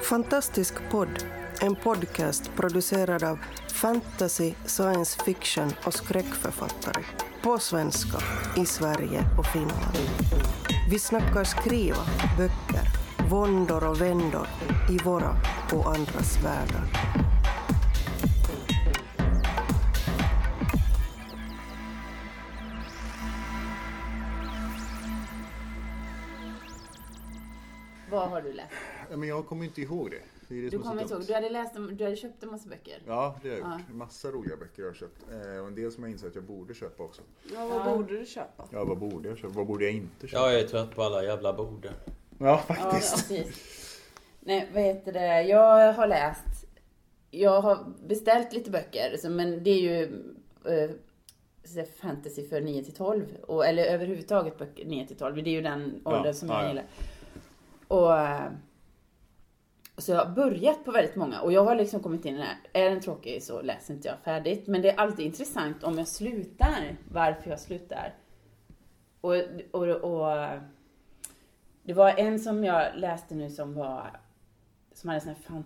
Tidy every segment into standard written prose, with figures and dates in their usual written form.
Fantastisk podd, en podcast producerad av fantasy, science fiction och skräckförfattare. På svenska, i Sverige och Finland. Vi snackar skriva, böcker, våndor och vändor i våra och andras världar. Vad har du läst? Men jag kommer inte ihåg det. Det är det Du kommer inte ihåg. Du hade köpt en massa böcker. Ja, det har jag gjort. Massa roliga böcker jag har köpt. Och en del som jag inser att jag borde köpa också. Ja, vad borde du köpa? Ja, vad borde jag köpa? Vad borde jag inte köpa? Ja, jag är trött på alla jävla borde. Ja, faktiskt. Ja, nej, vad heter det? Jag har läst... Jag har beställt lite böcker. Men det är ju fantasy för 9-12. Eller överhuvudtaget böcker 9-12. Det är ju den åldern som jag gillar. Och så jag har börjat på väldigt många. Och jag har liksom kommit in i den här. Är den tråkig så läser inte jag färdigt. Men det är alltid intressant om jag slutar. Varför jag slutar. Och det var en som jag läste nu som hade en sån här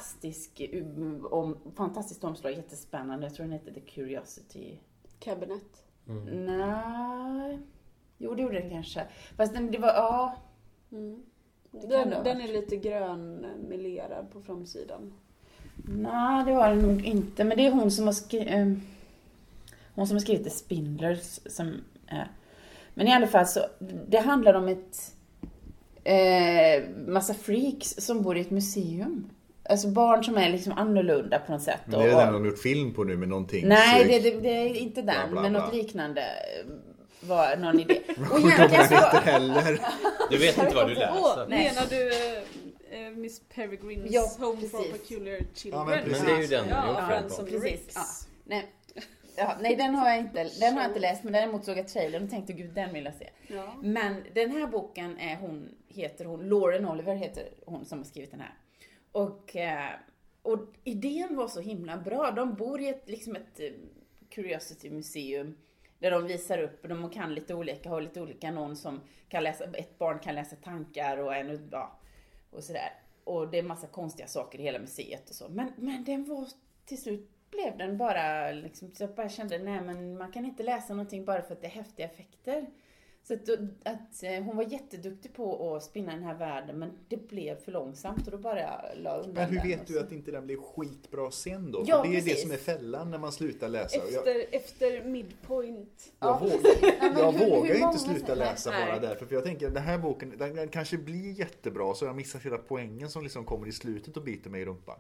fantastiskt omslag. Jättespännande. Jag tror den heter The Curiosity Cabinet. Nej. Jo, det gjorde den kanske. Fast det var, ja. Den är lite grönmelerad på framsidan. Nej, det var den nog inte. Men det är hon som har skrivit The Spindlers. Men i alla fall så, det handlar om ett massa freaks som bor i ett museum. Alltså barn som är liksom annorlunda på något sätt. Men det är den de har gjort film på nu med någonting. Nej, det är inte den. Bla, bla, men bla. Något liknande var någon idé. Och egentligen så... inte heller. Du vet inte vad du läser. Menar du Miss Peregrines Home for Peculiar Children? Ja, men det är ju den jag gjort Friends på. of the Ricks. Nej, den har jag inte läst, men däremot såg jag trailern och tänkte gud, den vill jag se. Ja. Men den här boken heter Lauren Oliver heter hon som har skrivit den här. Och idén var så himla bra. De bor i ett Curiosity museum där de visar upp, de kan lite olika, har lite olika, någon som kan läsa, ett barn kan läsa tankar och sådär. Och det är massa konstiga saker i hela museet och så. Men den var, till slut blev den bara liksom, så jag bara kände, nej men man kan inte läsa någonting bara för att det är häftiga effekter. Så att hon var jätteduktig på att spinna den här världen, men det blev för långsamt och då bara la undan. Men hur den vet du att inte den blev skitbra sen då? Ja, för det är precis. det som är fällan när man slutar läsa. Efter midpoint. Jag vågar ju inte sluta läsa nej. bara därför. För jag tänker att den här boken, den kanske blir jättebra, så jag missar hela poängen som liksom kommer i slutet och biter mig i rumpan.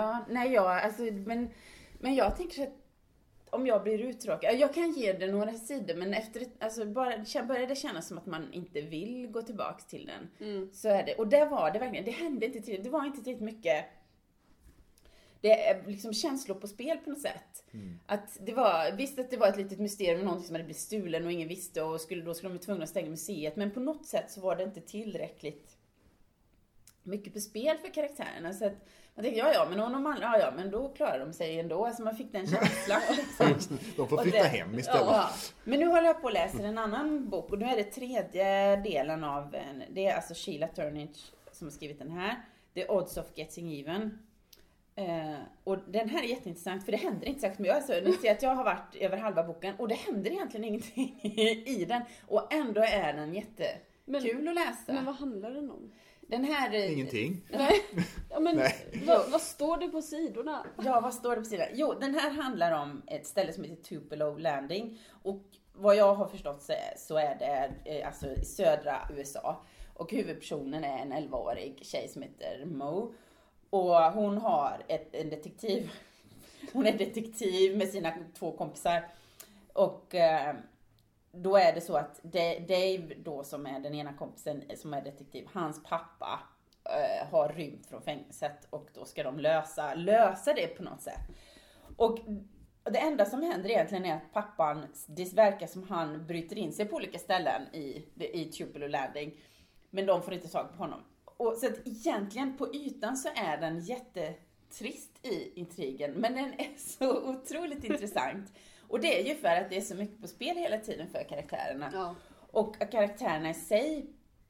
Men jag tänker att om jag blir uttråkad, jag kan ge det några sidor, men efter börjar det kännas som att man inte vill gå tillbaka till den. Så är det. Och där var det verkligen, det hände inte till, det var inte tillräckligt mycket. Det är liksom känslor på spel på något sätt. Att det var, visst att det var ett litet mysterium, någonting som hade blivit stulen och ingen visste, och då skulle de bli tvungna att stänga museet, men på något sätt så var det inte tillräckligt mycket på spel för karaktärerna, så att man tänkte, men då klarar de sig ändå. Alltså man fick den känslan. De får flytta hem istället. Ja. Men nu håller jag på att läsa en annan bok. Och nu är det tredje delen av det är alltså Sheila Turnage som har skrivit den här. The Odds of Getting Even. Och den här är jätteintressant, för det händer inte särskilt mycket. Alltså, ni ser att jag har varit över halva boken och det händer egentligen ingenting i den. Och ändå är den jättekul att läsa. Men vad handlar den om? Den här... Ingenting. Ja, men vad står det på sidorna? Ja, vad står det på sidorna? Jo, den här handlar om ett ställe som heter Tupelo Landing. Och vad jag har förstått så är det alltså i södra USA. Och huvudpersonen är en 11-årig tjej som heter Mo. Och hon har en detektiv. Hon är detektiv med sina 2 kompisar. Och... då är det så att Dave då, som är den ena kompisen som är detektiv, hans pappa har rymt från fängelset, och då ska de lösa det på något sätt. Och det enda som händer egentligen är att pappan, det verkar som han bryter in sig på olika ställen i Tupelo Landing, men de får inte tag på honom. Och så att egentligen på ytan så är den jättetrist i intrigen, men den är så otroligt intressant. Och det är ju för att det är så mycket på spel hela tiden för karaktärerna. Ja. Och karaktärerna i sig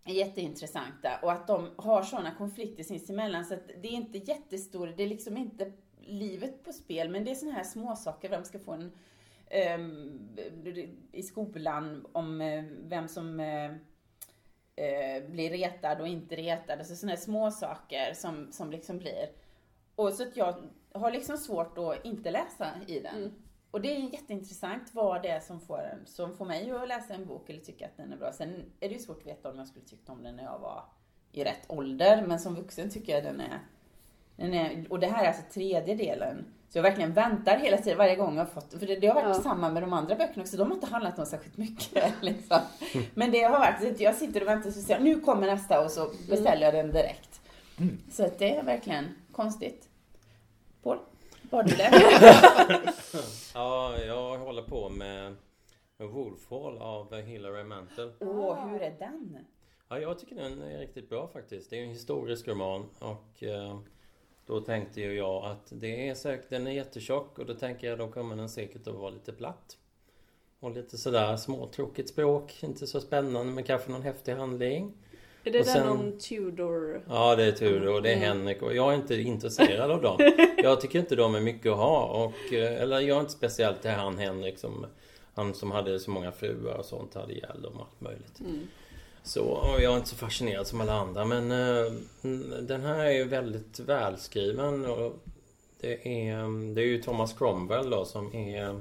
är jätteintressanta. Och att de har sådana konflikter sinsemellan. Så att det är inte jättestor, det är liksom inte livet på spel. Men det är sådana här små saker. Vem ska få en i skolan om vem som blir retad och inte retad. Alltså sådana här små saker som liksom blir. Och så att jag har liksom svårt att inte läsa i den. Och det är jätteintressant vad det är som får mig att läsa en bok eller tycka att den är bra. Sen är det ju svårt att veta om jag skulle tyckt om den när jag var i rätt ålder. Men som vuxen tycker jag den är och det här är alltså 3:e delen. Så jag verkligen väntar hela tiden varje gång jag har fått. För det har varit samma med de andra böckerna också. De har inte handlat om särskilt mycket. Liksom. Men det har varit, jag sitter och väntar och säger nu kommer nästa och så beställer jag den direkt. Så att det är verkligen konstigt. Paul, vad har du läst? Ja, jag håller på med Wolfhall av Hilary Mantel. Hur är den? Ja, jag tycker den är riktigt bra faktiskt. Det är en historisk roman och då tänkte ju jag att det är säkert, den är jättetjock och då tänker jag då kommer den säkert att vara lite platt. Och lite sådär småtråkigt språk, inte så spännande men kanske någon häftig handling. Är det den om Tudor? Ja, det är Tudor och det är Henrik och jag är inte intresserad av dem. Jag tycker inte de är mycket att ha och, eller jag är inte speciellt det här han Henrik han som hade så många fruar och sånt hade ihjäl dem och allt möjligt. Så och jag är inte så fascinerad som alla andra men den här är ju väldigt välskriven och det är ju Thomas Cromwell då som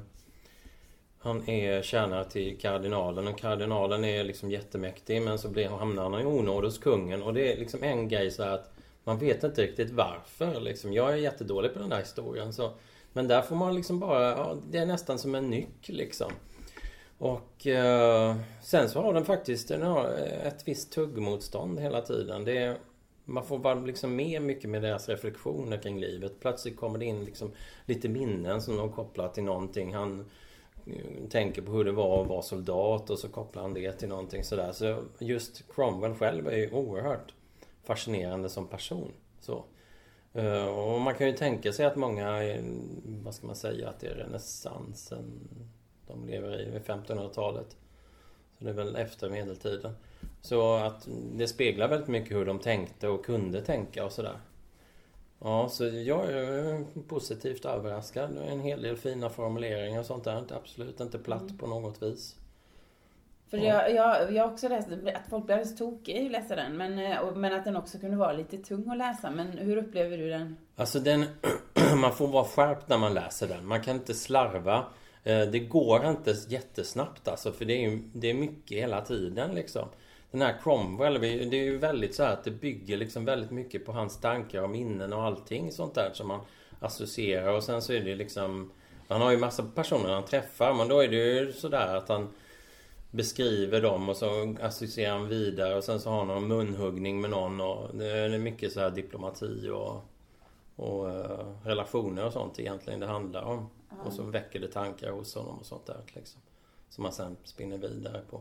han är tjänare till kardinalen och kardinalen är liksom jättemäktig men så hamnar han i onåd hos kungen och det är liksom en grej så att man vet inte riktigt varför liksom. Jag är jättedålig på den där historien så, men där får man liksom bara, det är nästan som en nyck liksom. Och sen så har den faktiskt ett visst tuggmotstånd hela tiden. Man får vara liksom mycket med deras reflektioner kring livet. Plötsligt kommer det in liksom lite minnen som de kopplar till någonting. Han tänker på hur det var att vara soldat och så kopplar han det till någonting sådär. Så just Cromwell själv är ju oerhört fascinerande som person. Så. Och man kan ju tänka sig att många, vad ska man säga, att det är renässansen de lever i 1500-talet. Så det är väl efter medeltiden. Så att det speglar väldigt mycket hur de tänkte och kunde tänka och sådär. Ja, så jag är positivt överraskad. En hel del fina formuleringar och sånt där. Absolut inte platt på något vis. För jag har också läst att folk blir alldeles tokiga att läsa den. Men att den också kunde vara lite tung att läsa. Men hur upplever du den? Alltså man får vara skärpt när man läser den. Man kan inte slarva. Det går inte jättesnabbt alltså. För det är mycket hela tiden liksom. Den här Cromwell, det är ju väldigt så här att det bygger liksom väldigt mycket på hans tankar och minnen och allting sånt där som man associerar. Och sen så är det liksom, han har ju massa personer han träffar, men då är det ju sådär att han beskriver dem och så associerar han vidare och sen så har han någon munhuggning med någon och det är mycket så här diplomati och relationer och sånt egentligen det handlar om. Och så väcker det tankar hos honom och sånt där liksom, som man sen spinner vidare på.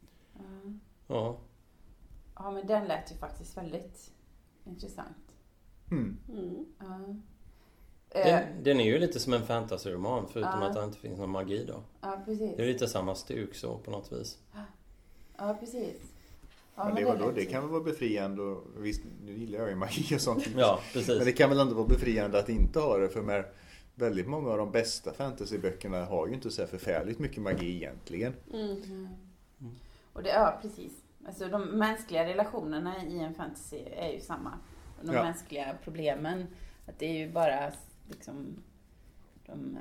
Ja. Ja, men den lät ju faktiskt väldigt intressant. Den är ju lite som en fantasyroman förutom att det inte finns någon magi då. Ja, precis. Det är lite samma stuk så på något vis. Ja, precis. Ja, men det kan väl vara befriande och visst, nu gillar jag ju magi och sånt. Ja, precis. Men det kan väl ändå vara befriande att inte ha det för väldigt många av de bästa fantasyböckerna har ju inte så förfärligt mycket magi egentligen. Och det, precis. Alltså de mänskliga relationerna i en fantasy är ju samma. De mänskliga problemen, att det är ju bara liksom de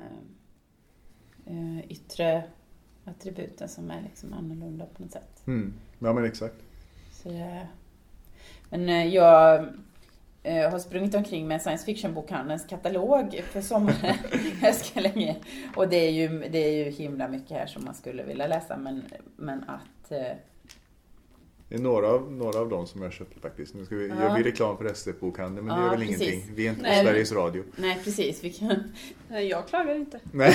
yttre attributen som är liksom annorlunda på något sätt. Ja, men exakt. Så men jag har sprungit omkring med science fiction-bokhandelns katalog för sommaren ganska länge. Och det är ju himla mycket här som man skulle vilja läsa, men att det är några av dem som jag köpte faktiskt. Nu ska vi gör vi reklam för SF-bokhandeln, men det är väl precis. ingenting. Vi är inte på Sveriges Radio. Nej, precis. Jag klagar inte. Nej.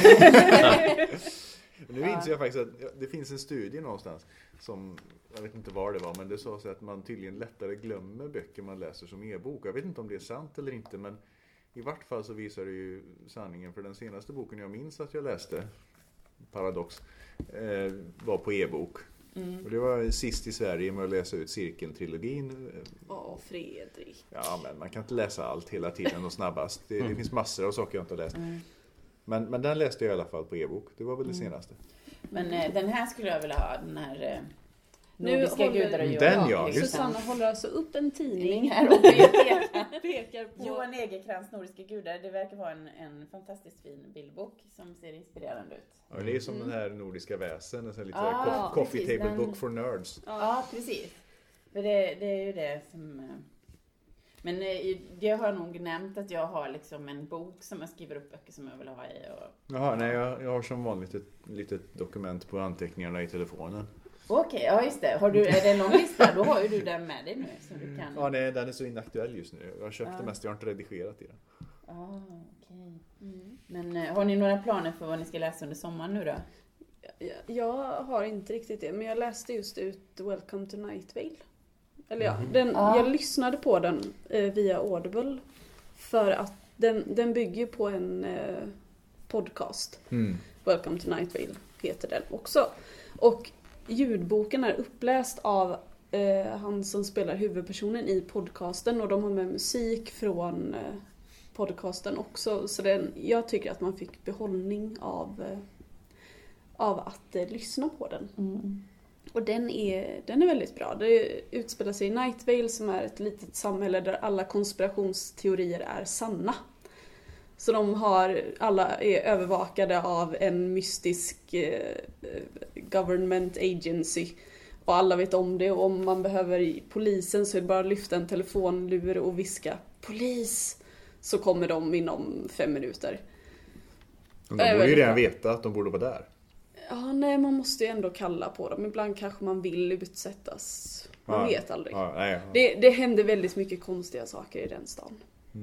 Nu inser jag faktiskt att det finns en studie någonstans som, jag vet inte var det var, men det sa sig att man tydligen lättare glömmer böcker man läser som e-bok. Jag vet inte om det är sant eller inte, men i vart fall så visar det ju sanningen. För den senaste boken jag minns att jag läste, paradox, var på e-bok. Och det var sist i Sverige med att läsa ut Cirkeltrilogin. Fredrik. Ja, men man kan inte läsa allt hela tiden och snabbast. Det finns massor av saker jag inte har läst. Men den läste jag i alla fall på e-bok. Det var väl det senaste. Men den här skulle jag vilja ha. Den här Nordiska gudar och Johan. Den, ja. Susanna håller alltså upp en tidning här och pekar på Johan Egerkrans Nordiska gudar. Det verkar vara en fantastiskt fin bildbok som ser inspirerande ut. Ja, det är som den här Nordiska väsen. En lite coffee precis, table book for nerds. Ja, precis. För det är ju det som... Men jag har nog nämnt att jag har liksom en bok som jag skriver upp böcker som jag vill ha i. Jaha, nej, jag har som vanligt ett litet dokument på anteckningarna i telefonen. Okej, ja just det. Är det en lång lista? Då har ju du den med dig nu. Så du kan... Ja, nej, den är så inaktuell just nu. Jag har köpt det mest, jag har inte redigerat i den. Okej. Men har ni några planer för vad ni ska läsa under sommaren nu då? Jag har inte riktigt det, men jag läste just ut Welcome to Night Vale. Eller jag lyssnade på den via Audible för att den bygger på en podcast. Welcome to Night Vale heter den också. Och ljudboken är uppläst av han som spelar huvudpersonen i podcasten, och de har med musik från podcasten också. Så jag tycker att man fick behållning av att lyssna på den. Och den är väldigt bra. Det utspelar sig i Night Vale som är ett litet samhälle där alla konspirationsteorier är sanna. Så alla är övervakade av en mystisk government agency. Och alla vet om det. Och om man behöver polisen så är det bara att lyfta en telefonlur och viska polis. Så kommer de inom 5 minuter. Men de borde ju redan veta att de borde vara där. Ja, nej, man måste ju ändå kalla på dem. Ibland kanske man vill utsättas. Man vet aldrig. Det händer väldigt mycket konstiga saker i den stan.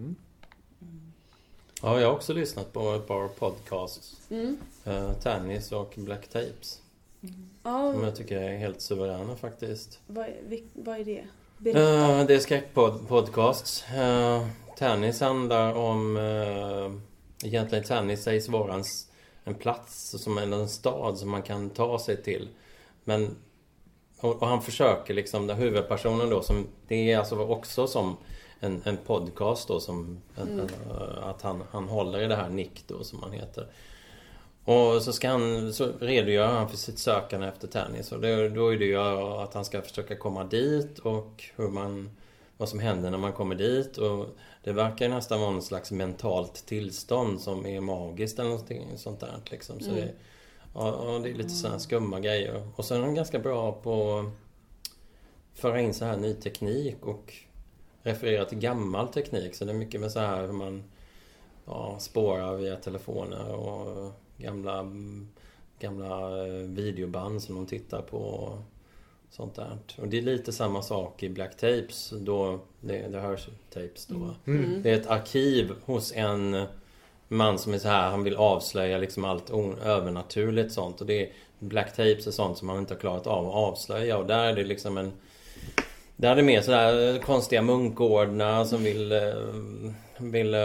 Ja, jag har också lyssnat på ett par podcasts. Tannis och Black Tapes. Som jag tycker är helt suveräna faktiskt. Vad är det? Det är skräckpodcasts. Tannis handlar om... egentligen Tannis sägs vara en plats som en stad som man kan ta sig till. Men och han försöker liksom, den huvudpersonen då, som det är alltså också som en podcast då, som att han håller i det här Nick då som han heter. Och så redogör han för sitt sökande efter Tannis, och då är det ju att han ska försöka komma dit och vad som händer när man kommer dit, och det verkar nästan vara en slags mentalt tillstånd som är magiskt eller någonting sånt där liksom. Så det är lite sådana skumma grejer. Och sen är han ganska bra på att föra in så här ny teknik och referera till gammal teknik. Så det är mycket med så här hur man spårar via telefoner och gamla videoband som de tittar på. Sånt där. Och det är lite samma sak i Black Tapes då, det hörs tapes då. Det är ett arkiv hos en man som är så här, han vill avslöja liksom allt övernaturligt sånt, och det är Black Tapes är sånt som han inte har klarat av att avslöja, och där är det liksom där är det mer så där konstiga munkordnar som vill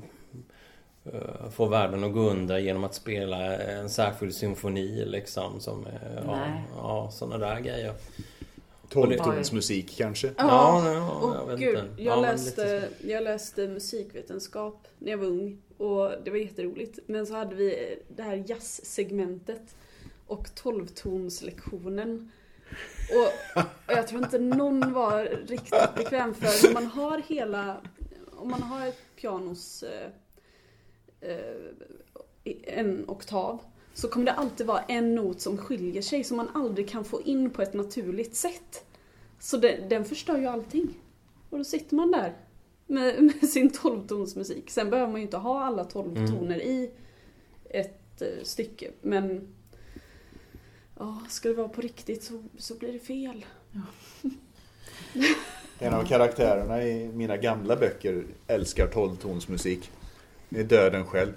få världen att gå under genom att spela en särskild symfoni liksom, som såna där grejer. 12-tonsmusik kanske. Jag läste musikvetenskap när jag var ung, och det var jätteroligt. Men så hade vi det här jazzsegmentet och 12-tonslektionen. Och jag tror inte någon var riktigt bekväm, för om man har ett pianos en oktav, så kommer det alltid vara en not som skiljer sig, som man aldrig kan få in på ett naturligt sätt. Så den förstör ju allting. Och då sitter man där med sin 12-tonsmusik. Sen behöver man ju inte ha alla 12 toner i ett stycke. Men ska det vara på riktigt så blir det fel. Ja. En av karaktärerna i mina gamla böcker älskar 12-tonsmusik. Det är döden själv.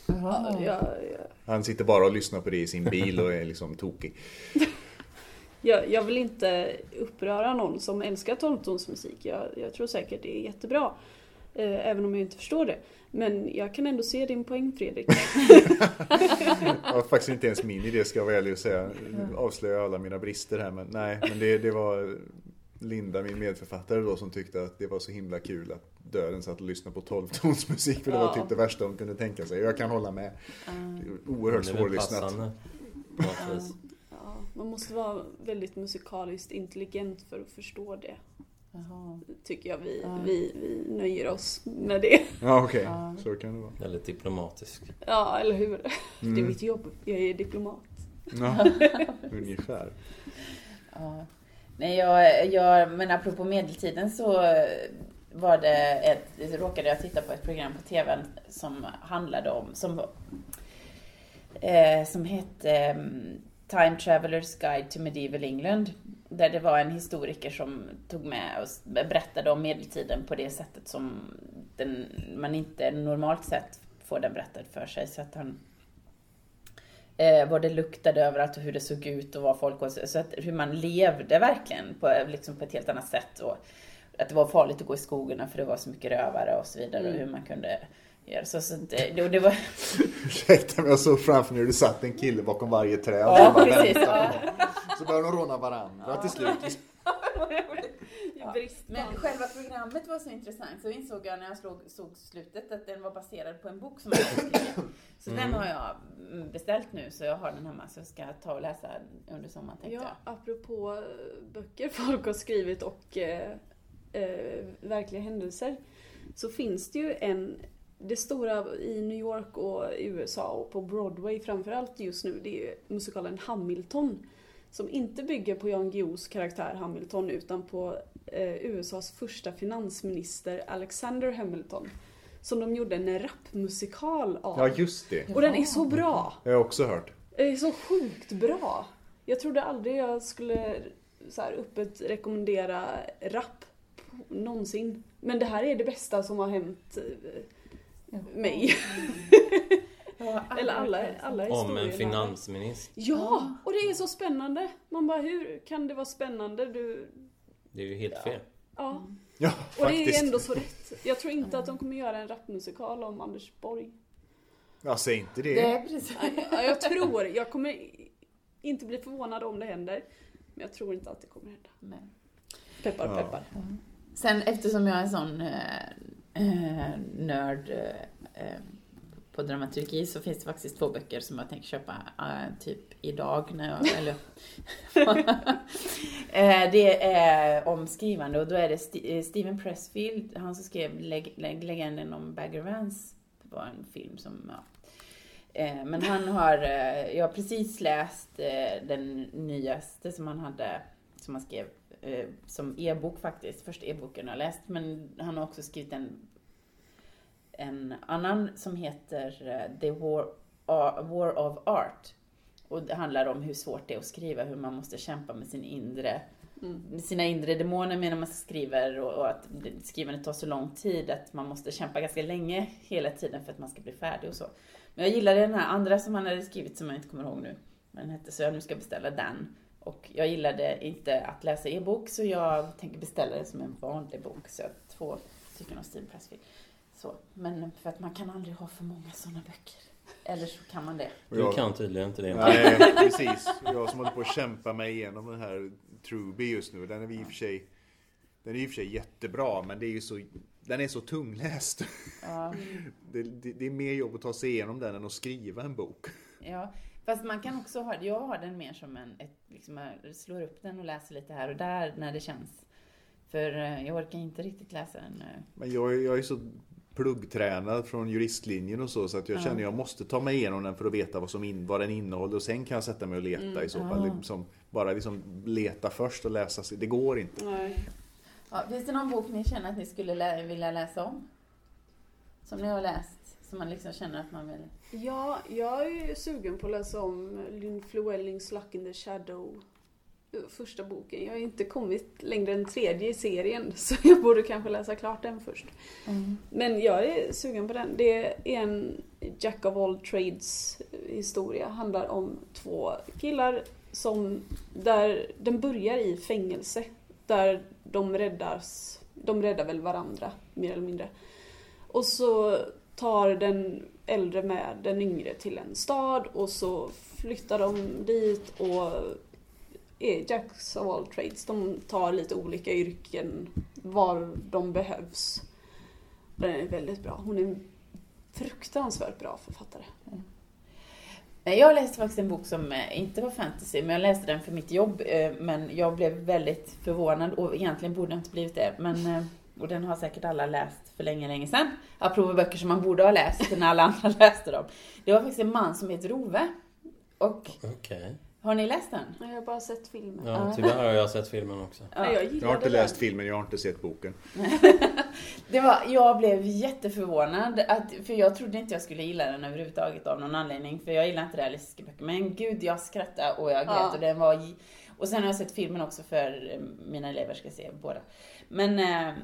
Han sitter bara och lyssnar på det i sin bil och är liksom tokig. Jag vill inte uppröra någon som älskar 12-tonsmusik. Jag tror säkert det är jättebra. Även om jag inte förstår det. Men jag kan ändå se din poäng, Fredrik. Det var faktiskt inte ens min idé, ska jag vara ärlig och säga. Avslöja alla mina brister här. Men nej, men det var Linda, min medförfattare då, som tyckte att det var så himla kul att döden satt och lyssnade på 12-tonsmusik. För det var typ det värsta hon kunde tänka sig. Jag kan hålla med. Oerhört svårlyssnat. Ja, man måste vara väldigt musikaliskt intelligent för att förstå det. Jaha. Tycker jag vi nöjer oss med det. Ja, okej. Så kan det vara. Väldigt diplomatisk. Ja, eller hur? Det är mitt jobb. Jag är diplomat. Ja, ungefär. Ja. Nej, men apropå medeltiden så var det råkade jag titta på ett program på tvn som handlade om, som hette Time Traveler's Guide to Medieval England. Där det var en historiker som tog med och berättade om medeltiden på det sättet som man inte normalt sett får den berättad för sig. Så att han vad det luktade överallt och hur det såg ut och vad folk var. Så att hur man levde verkligen på ett helt annat sätt. Och att det var farligt att gå i skogarna för det var så mycket rövare och så vidare. Och hur man kunde göra så det var... Ursäkta, men jag såg framför mig hur det satt en kille bakom varje träd. Ja, precis. Ja. Så började de råna varandra till slut. Men själva programmet var så intressant, så insåg jag när jag såg slutet att den var baserad på en bok som jag hade skrivit. Så den har jag beställt nu, så jag har den hemma, så jag ska ta och läsa under sommaren, tänkte jag. Apropå böcker folk har skrivit och verkliga händelser, så finns det ju det stora i New York och USA och på Broadway framförallt just nu, det är ju musikalen Hamilton. Som inte bygger på Jan Guillous karaktär Hamilton utan på USAs första finansminister Alexander Hamilton. Som de gjorde en rapmusikal av. Ja, just det. Och den är så bra. Jag har också hört. Den är så sjukt bra. Jag trodde aldrig jag skulle så här öppet rekommendera rap någonsin. Men det här är det bästa som har hänt mig. Eller alla historierna. Om en finansminister. Ja, och det är så spännande. Man bara, hur kan det vara spännande? Det är ju helt fel. Ja. Ja, och faktiskt. det är ändå så rätt. Jag tror inte att de kommer göra en rapmusikal om Anders Borg. Ja, säg inte det. Det är precis. Jag kommer inte bli förvånad om det händer. Men jag tror inte att det kommer hända. Nej. Peppar, peppar. Sen eftersom jag är en sån nörd på dramaturgi, så finns det faktiskt 2 böcker som jag tänker köpa typ idag när jag det är om skrivande, och då är det Steven Pressfield, han som skrev Legenden om Bagger Vance. Det var en film som men han har jag har precis läst den nyaste som han skrev som e-bok faktiskt, första e-boken jag läst, men han har också skrivit en annan som heter The War of Art. Och det handlar om hur svårt det är att skriva, hur man måste kämpa med sina inre demoner medan man skriver, och att skrivandet tar så lång tid att man måste kämpa ganska länge hela tiden för att man ska bli färdig och så. Men jag gillade den här andra som han hade skrivit som jag inte kommer ihåg nu. Men den hette, så jag nu ska beställa den. Och jag gillade inte att läsa e-bok, så jag tänker beställa det som en vanlig bok. Så jag har 2 stycken av Steven Pressfield. Så, men för att man kan aldrig ha för många sådana böcker. Eller så kan man det. Du kan tydligen inte det. Nej, precis. Jag som håller på att kämpa mig igenom den här Truby just nu. Den är i och för sig jättebra, men den är så tungläst. Ja. Det är mer jobb att ta sig igenom den än att skriva en bok. Ja, fast man kan också jag har den mer som jag slår upp den och läser lite här och där när det känns. För jag orkar inte riktigt läsa den. Men jag är så pluggtränad från juristlinjen och så att jag känner att jag måste ta mig igenom den för att veta vad den innehåller, och sen kan jag sätta mig och leta i så fall. Bara leta först och läsa. Det går inte. Nej. Ja, finns det någon bok ni känner att ni skulle vilja läsa om? Som ni har läst? Som man liksom känner att man vill... Ja, jag är sugen på att läsa om Lynn Llewellyn's Luck in the Shadow. Första boken. Jag har inte kommit längre än 3:e i serien, så jag borde kanske läsa klart den först. Men jag är sugen på den. Det är en Jack of all trades historia. Handlar om 2 killar där den börjar i fängelse, där de räddar väl varandra mer eller mindre. Och så tar den äldre med den yngre till en stad och så flyttar de dit och är jacks of all trades. De tar lite olika yrken var de behövs. Den är väldigt bra. Hon är en fruktansvärt bra författare. Jag läste faktiskt en bok som inte var fantasy, men jag läste den för mitt jobb. Men jag blev väldigt förvånad och egentligen borde jag inte blivit det. Men, och den har säkert alla läst för länge sedan. Apropå böcker som man borde ha läst när alla andra läste dem. Det var faktiskt en man som heter Rove. Och har ni läst den? Jag har bara sett filmen. Ja, tyvärr har jag sett filmen också. Ja. Jag har inte läst filmen, jag har inte sett boken. Jag blev jätteförvånad. För jag trodde inte jag skulle gilla den överhuvudtaget av någon anledning. För jag gillar inte realistiska böcker. Men gud, jag skrattade och jag grät. Och den var... Och sen har jag sett filmen också för mina elever ska se båda. Men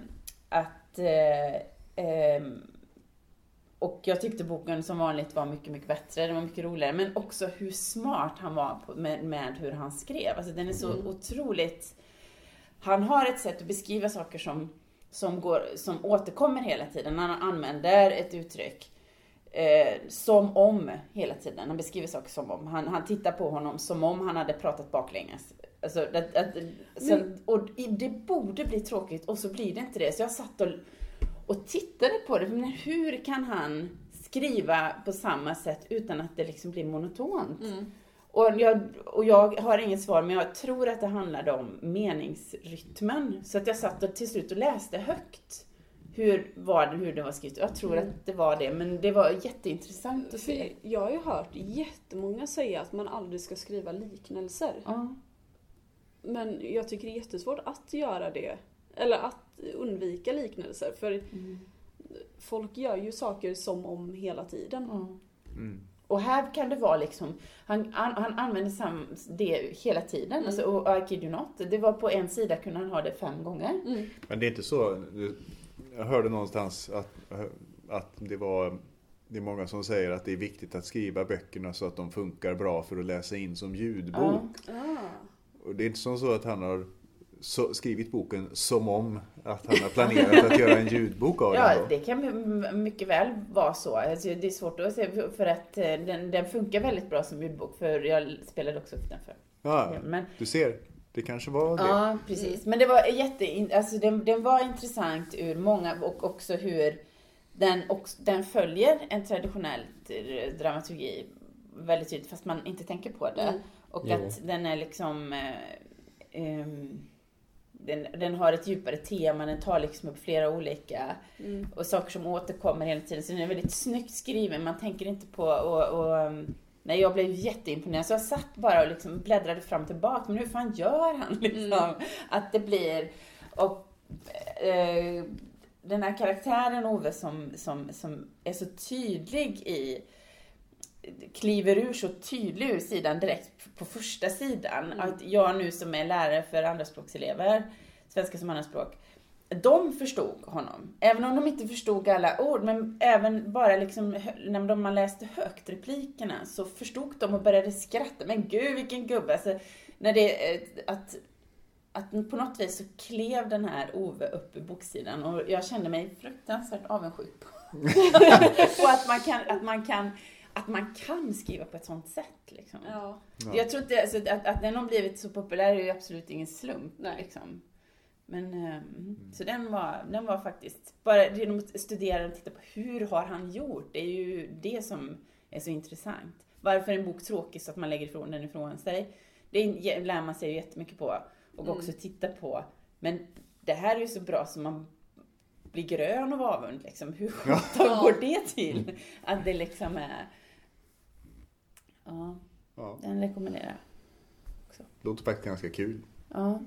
och jag tyckte boken som vanligt var mycket, mycket bättre. Den var mycket roligare. Men också hur smart han var med hur han skrev. Alltså den är så otroligt... Han har ett sätt att beskriva saker som återkommer hela tiden. Han använder ett uttryck som om hela tiden. Han beskriver saker som om. Han tittar på honom som om han hade pratat baklänges. Alltså, och det borde bli tråkigt och så blir det inte det. Så jag satt och tittade på det. Men hur kan han skriva på samma sätt utan att det liksom blir monotont? Och jag har inget svar, men jag tror att det handlade om meningsrytmen. Så att jag satt till slut och läste högt hur det var skrivet. Jag tror att det var det, men det var jätteintressant att se. Jag har ju hört jättemånga säga att man aldrig ska skriva liknelser. Men jag tycker det är jättesvårt att göra det. Eller att undvika liknelser. För folk gör ju saker som om hela tiden. Och här kan det vara liksom, han använder det hela tiden. Alltså, och I kid you not, det var på en sida kunde han ha det 5 gånger. Men det är inte så, jag hörde någonstans att det är många som säger att det är viktigt att skriva böckerna så att de funkar bra för att läsa in som ljudbok. Och det är inte så att han har skrivit boken som om att han har planerat att göra en ljudbok av den. Ja, det kan mycket väl vara så. Alltså, det är svårt att se för att den funkar väldigt bra som ljudbok. För jag spelade också upp den för. Ja, men du ser. Det kanske var det. Ja, precis. Men det var alltså den var intressant ur många och också hur den följer en traditionell dramaturgi väldigt tydligt fast man inte tänker på det. Och att den är liksom den har ett djupare tema, den tar liksom upp flera olika och saker som återkommer hela tiden. Så den är väldigt snyggt skriven, man tänker inte på nej, jag blev jätteimponerad. Så jag satt bara och liksom bläddrade fram och tillbaka. Men hur fan gör han liksom? Att det blir... Och den här karaktären Ove som är så tydlig kliver ur så tydlig ur sidan direkt på första sidan. Att jag nu som är lärare för andraspråkselever, svenska som andraspråk, de förstod honom. Även om de inte förstod alla ord, men även bara liksom när man läste högt replikerna så förstod de och började skratta. Men gud, vilken gubbe! Alltså, när det att på något vis så klev den här Ove upp i boksidan och jag kände mig fruktansvärt avundsjuk på att man kan skriva på ett sånt sätt liksom. Ja. Jag tror inte alltså, att den har blivit så populär är ju absolut ingen slump liksom. Men så den var faktiskt bara genom att studera och titta på hur har han gjort. Det är ju det som är så intressant. Varför är en bok tråkig så att man lägger den ifrån sig? Det lär man sig ju jättemycket på och också titta på. Men det här är ju så bra som man blir grön av avund liksom. Hur går det till? Att det liksom är den rekommenderar jag också. Låter faktiskt ganska kul. Ja.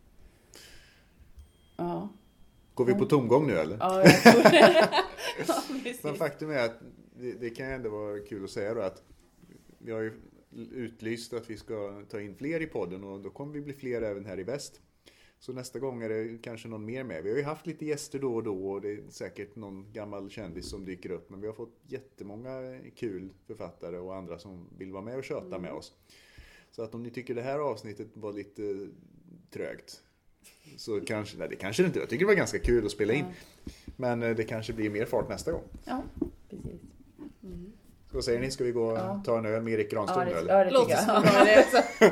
Går vi på tomgång nu eller? Ja, jag tror det. Men faktum är att det kan ändå vara kul att säga då att vi har ju utlyst att vi ska ta in fler i podden och då kommer vi bli fler även här i väst. Så nästa gång är det kanske någon mer med. Vi har ju haft lite gäster då och då och det är säkert någon gammal kändis som dyker upp. Men vi har fått jättemånga kul författare och andra som vill vara med och köta med oss. Så att om ni tycker det här avsnittet var lite trögt så kanske, nej det kanske inte. Jag tycker det var ganska kul att spela in. Men det kanske blir mer fart nästa gång. Ja, precis. Så vad säger ni? Ska vi gå och ta en öl med Erik Granström nu? Ja, det Låter tycker jag.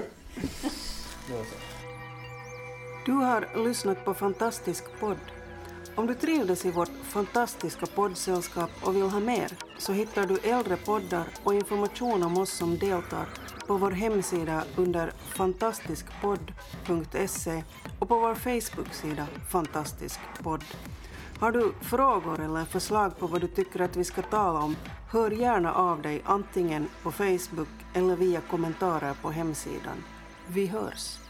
Du har lyssnat på Fantastisk podd. Om du trivdes i vårt fantastiska poddsällskap och vill ha mer så hittar du äldre poddar och information om oss som deltar på vår hemsida under fantastiskpodd.se och på vår Facebook-sida Fantastisk podd. Har du frågor eller förslag på vad du tycker att vi ska tala om, hör gärna av dig antingen på Facebook eller via kommentarer på hemsidan. Vi hörs!